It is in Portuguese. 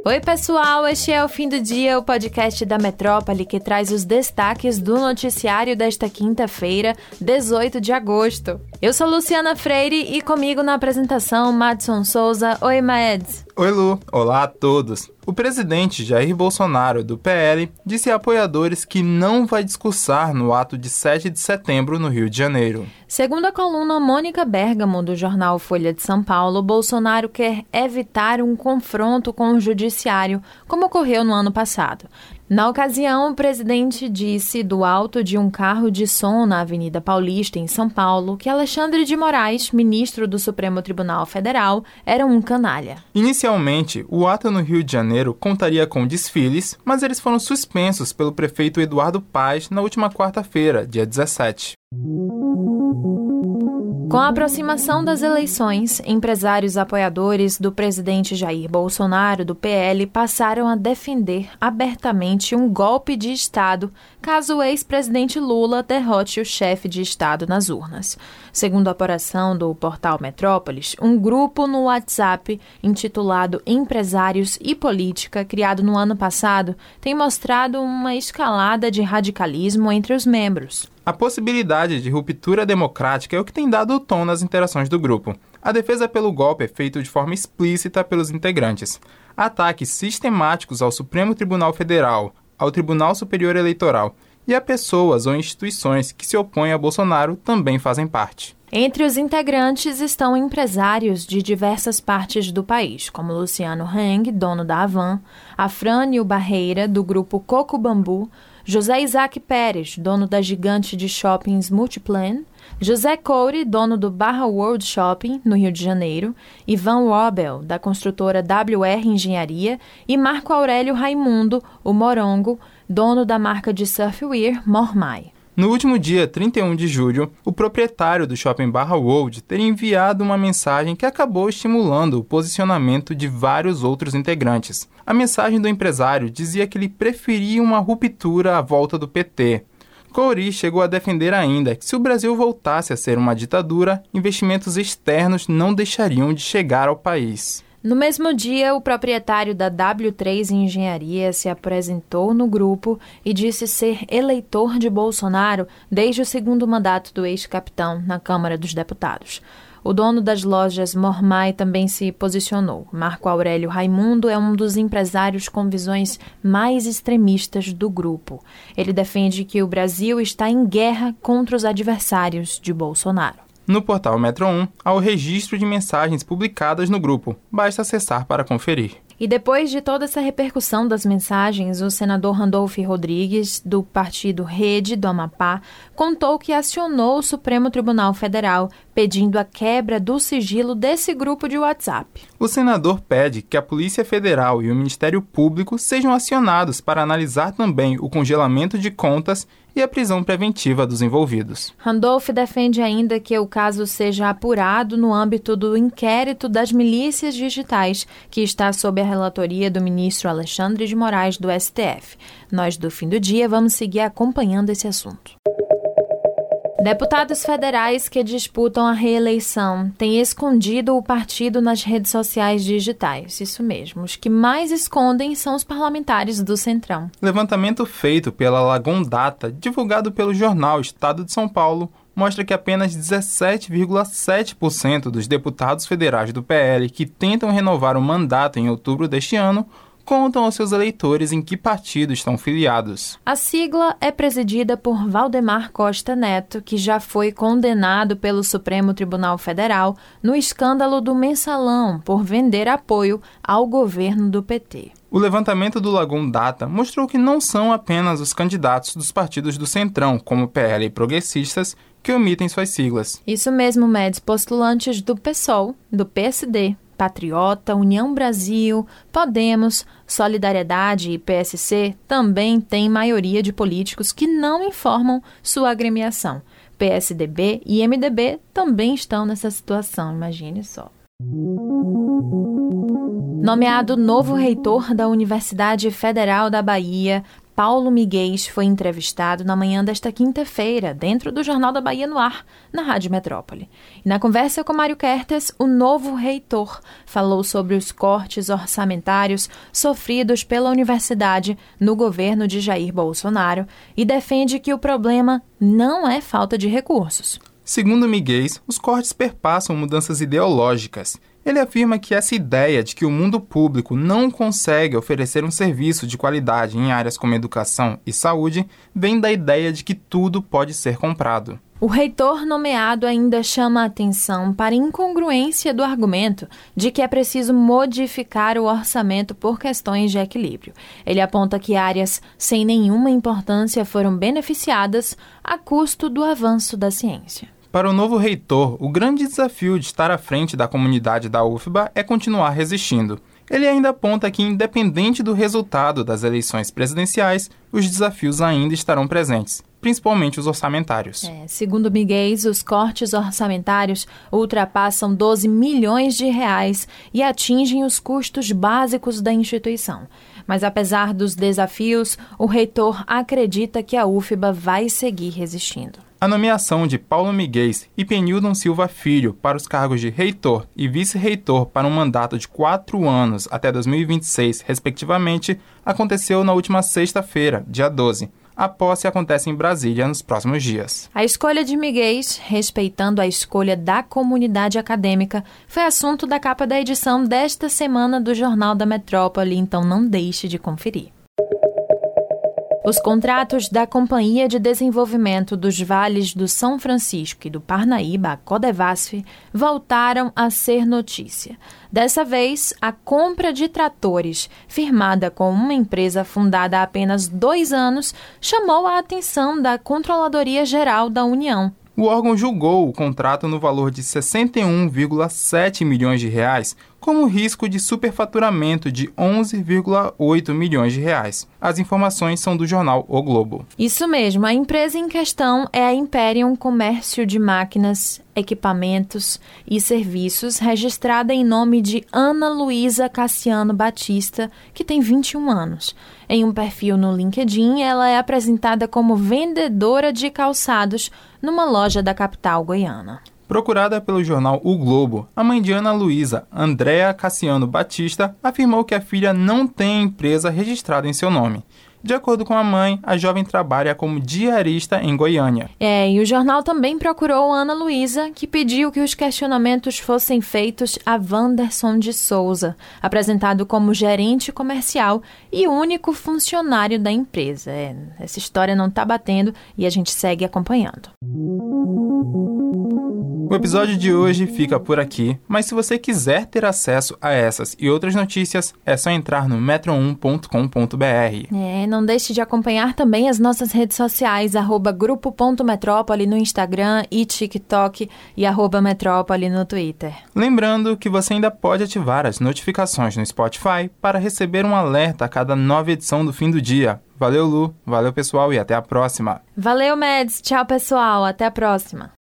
Oi pessoal, este é o Fim do Dia, o podcast da Metrópole que traz os destaques do noticiário desta quinta-feira, 18 de agosto. Eu sou Luciana Freire e comigo na apresentação, Madson Souza. Oi, Mads. Oi, Lu. Olá a todos. O presidente Jair Bolsonaro, do PL, disse a apoiadores que não vai discursar no ato de 7 de setembro no Rio de Janeiro. Segundo a coluna Mônica Bergamo, do jornal Folha de São Paulo, Bolsonaro quer evitar um confronto com o judiciário, como ocorreu no ano passado. Na ocasião, o presidente disse do alto de um carro de som na Avenida Paulista, em São Paulo, que Alexandre de Moraes, ministro do Supremo Tribunal Federal, era um canalha. Inicialmente, o ato no Rio de Janeiro contaria com desfiles, mas eles foram suspensos pelo prefeito Eduardo Paes na última quarta-feira, dia 17. Com a aproximação das eleições, empresários apoiadores do presidente Jair Bolsonaro, do PL, passaram a defender abertamente um golpe de Estado caso o ex-presidente Lula derrote o chefe de Estado nas urnas. Segundo a apuração do portal Metrópolis, um grupo no WhatsApp intitulado Empresários e Política, criado no ano passado, tem mostrado uma escalada de radicalismo entre os membros. A possibilidade de ruptura democrática é o que tem dado o tom nas interações do grupo. A defesa pelo golpe é feita de forma explícita pelos integrantes. Ataques sistemáticos ao Supremo Tribunal Federal, ao Tribunal Superior Eleitoral e a pessoas ou instituições que se opõem a Bolsonaro também fazem parte. Entre os integrantes estão empresários de diversas partes do país, como Luciano Heng, dono da Havan, Afrânio Barreira, do grupo Coco Bambu, José Isaac Pérez, dono da gigante de shoppings Multiplan, José Coure, dono do Barra World Shopping, no Rio de Janeiro, Ivan Wobel, da construtora WR Engenharia, e Marco Aurélio Raimundo, o Morongo, dono da marca de surfwear Mormai. No último dia 31 de julho, o proprietário do shopping Barra World teria enviado uma mensagem que acabou estimulando o posicionamento de vários outros integrantes. A mensagem do empresário dizia que ele preferia uma ruptura à volta do PT. Couri chegou a defender ainda que se o Brasil voltasse a ser uma ditadura, investimentos externos não deixariam de chegar ao país. No mesmo dia, o proprietário da W3 Engenharia se apresentou no grupo e disse ser eleitor de Bolsonaro desde o segundo mandato do ex-capitão na Câmara dos Deputados. O dono das lojas Mormai também se posicionou. Marco Aurélio Raimundo é um dos empresários com visões mais extremistas do grupo. Ele defende que o Brasil está em guerra contra os adversários de Bolsonaro. No portal Metro 1, há o registro de mensagens publicadas no grupo. Basta acessar para conferir. E depois de toda essa repercussão das mensagens, o senador Randolfo Rodrigues, do partido Rede do Amapá, contou que acionou o Supremo Tribunal Federal pedindo a quebra do sigilo desse grupo de WhatsApp. O senador pede que a Polícia Federal e o Ministério Público sejam acionados para analisar também o congelamento de contas e a prisão preventiva dos envolvidos. Randolph defende ainda que o caso seja apurado no âmbito do inquérito das milícias digitais, que está sob a relatoria do ministro Alexandre de Moraes, do STF. Nós, do Fim do Dia, vamos seguir acompanhando esse assunto. Deputados federais que disputam a reeleição têm escondido o partido nas redes sociais digitais. Isso mesmo, os que mais escondem são os parlamentares do Centrão. Levantamento feito pela Lagom Data, divulgado pelo jornal Estado de São Paulo, mostra que apenas 17,7% dos deputados federais do PL que tentam renovar o mandato em outubro deste ano contam aos seus eleitores em que partido estão filiados. A sigla é presidida por Valdemar Costa Neto, que já foi condenado pelo Supremo Tribunal Federal no escândalo do Mensalão por vender apoio ao governo do PT. O levantamento do Lagom Data mostrou que não são apenas os candidatos dos partidos do Centrão, como PL e Progressistas, que omitem suas siglas. Isso mesmo, Mads. Postulantes do PSOL, do PSD, Patriota, União Brasil, Podemos, Solidariedade e PSC também têm maioria de políticos que não informam sua agremiação. PSDB e MDB também estão nessa situação, imagine só. Nomeado novo reitor da Universidade Federal da Bahia, Paulo Miguel foi entrevistado na manhã desta quinta-feira, dentro do Jornal da Bahia no Ar, na Rádio Metrópole. E na conversa com Mário Kertes, o novo reitor falou sobre os cortes orçamentários sofridos pela universidade no governo de Jair Bolsonaro e defende que o problema não é falta de recursos. Segundo Miguel, os cortes perpassam mudanças ideológicas. Ele afirma que essa ideia de que o mundo público não consegue oferecer um serviço de qualidade em áreas como educação e saúde vem da ideia de que tudo pode ser comprado. O reitor nomeado ainda chama a atenção para a incongruência do argumento de que é preciso modificar o orçamento por questões de equilíbrio. Ele aponta que áreas sem nenhuma importância foram beneficiadas a custo do avanço da ciência. Para o novo reitor, o grande desafio de estar à frente da comunidade da UFBA é continuar resistindo. Ele ainda aponta que, independente do resultado das eleições presidenciais, os desafios ainda estarão presentes, principalmente os orçamentários. Segundo Miguel, os cortes orçamentários ultrapassam 12 milhões de reais e atingem os custos básicos da instituição. Mas, apesar dos desafios, o reitor acredita que a UFBA vai seguir resistindo. A nomeação de Paulo Miguel e Penildon Silva Filho para os cargos de reitor e vice-reitor para um mandato de 4 anos até 2026, respectivamente, aconteceu na última sexta-feira, dia 12. A posse acontece em Brasília nos próximos dias. A escolha de Miguel, respeitando a escolha da comunidade acadêmica, foi assunto da capa da edição desta semana do Jornal da Metrópole, então não deixe de conferir. Os contratos da Companhia de Desenvolvimento dos Vales do São Francisco e do Parnaíba, a Codevasf, voltaram a ser notícia. Dessa vez, a compra de tratores, firmada com uma empresa fundada há apenas 2 anos, chamou a atenção da Controladoria Geral da União. O órgão julgou o contrato no valor de 61,7 milhões de reais, com o risco de superfaturamento de 11,8 milhões de reais. As informações são do jornal O Globo. Isso mesmo, a empresa em questão é a Imperium Comércio de Máquinas, Equipamentos e Serviços, registrada em nome de Ana Luísa Cassiano Batista, que tem 21 anos. Em um perfil no LinkedIn, ela é apresentada como vendedora de calçados numa loja da capital goiana. Procurada pelo jornal O Globo, a mãe de Ana Luísa, Andréa Cassiano Batista, afirmou que a filha não tem empresa registrada em seu nome. De acordo com a mãe, a jovem trabalha como diarista em Goiânia. E o jornal também procurou Ana Luísa, que pediu que os questionamentos fossem feitos a Wanderson de Souza, apresentado como gerente comercial e único funcionário da empresa. Essa história não está batendo e a gente segue acompanhando. O episódio de hoje fica por aqui, mas se você quiser ter acesso a essas e outras notícias, é só entrar no metro1.com.br. Não deixe de acompanhar também as nossas redes sociais, @grupo.metrópole no Instagram e TikTok e @metrópole no Twitter. Lembrando que você ainda pode ativar as notificações no Spotify para receber um alerta a cada nova edição do fim do dia. Valeu, Lu, valeu pessoal e até a próxima. Valeu, Meds, tchau pessoal, até a próxima.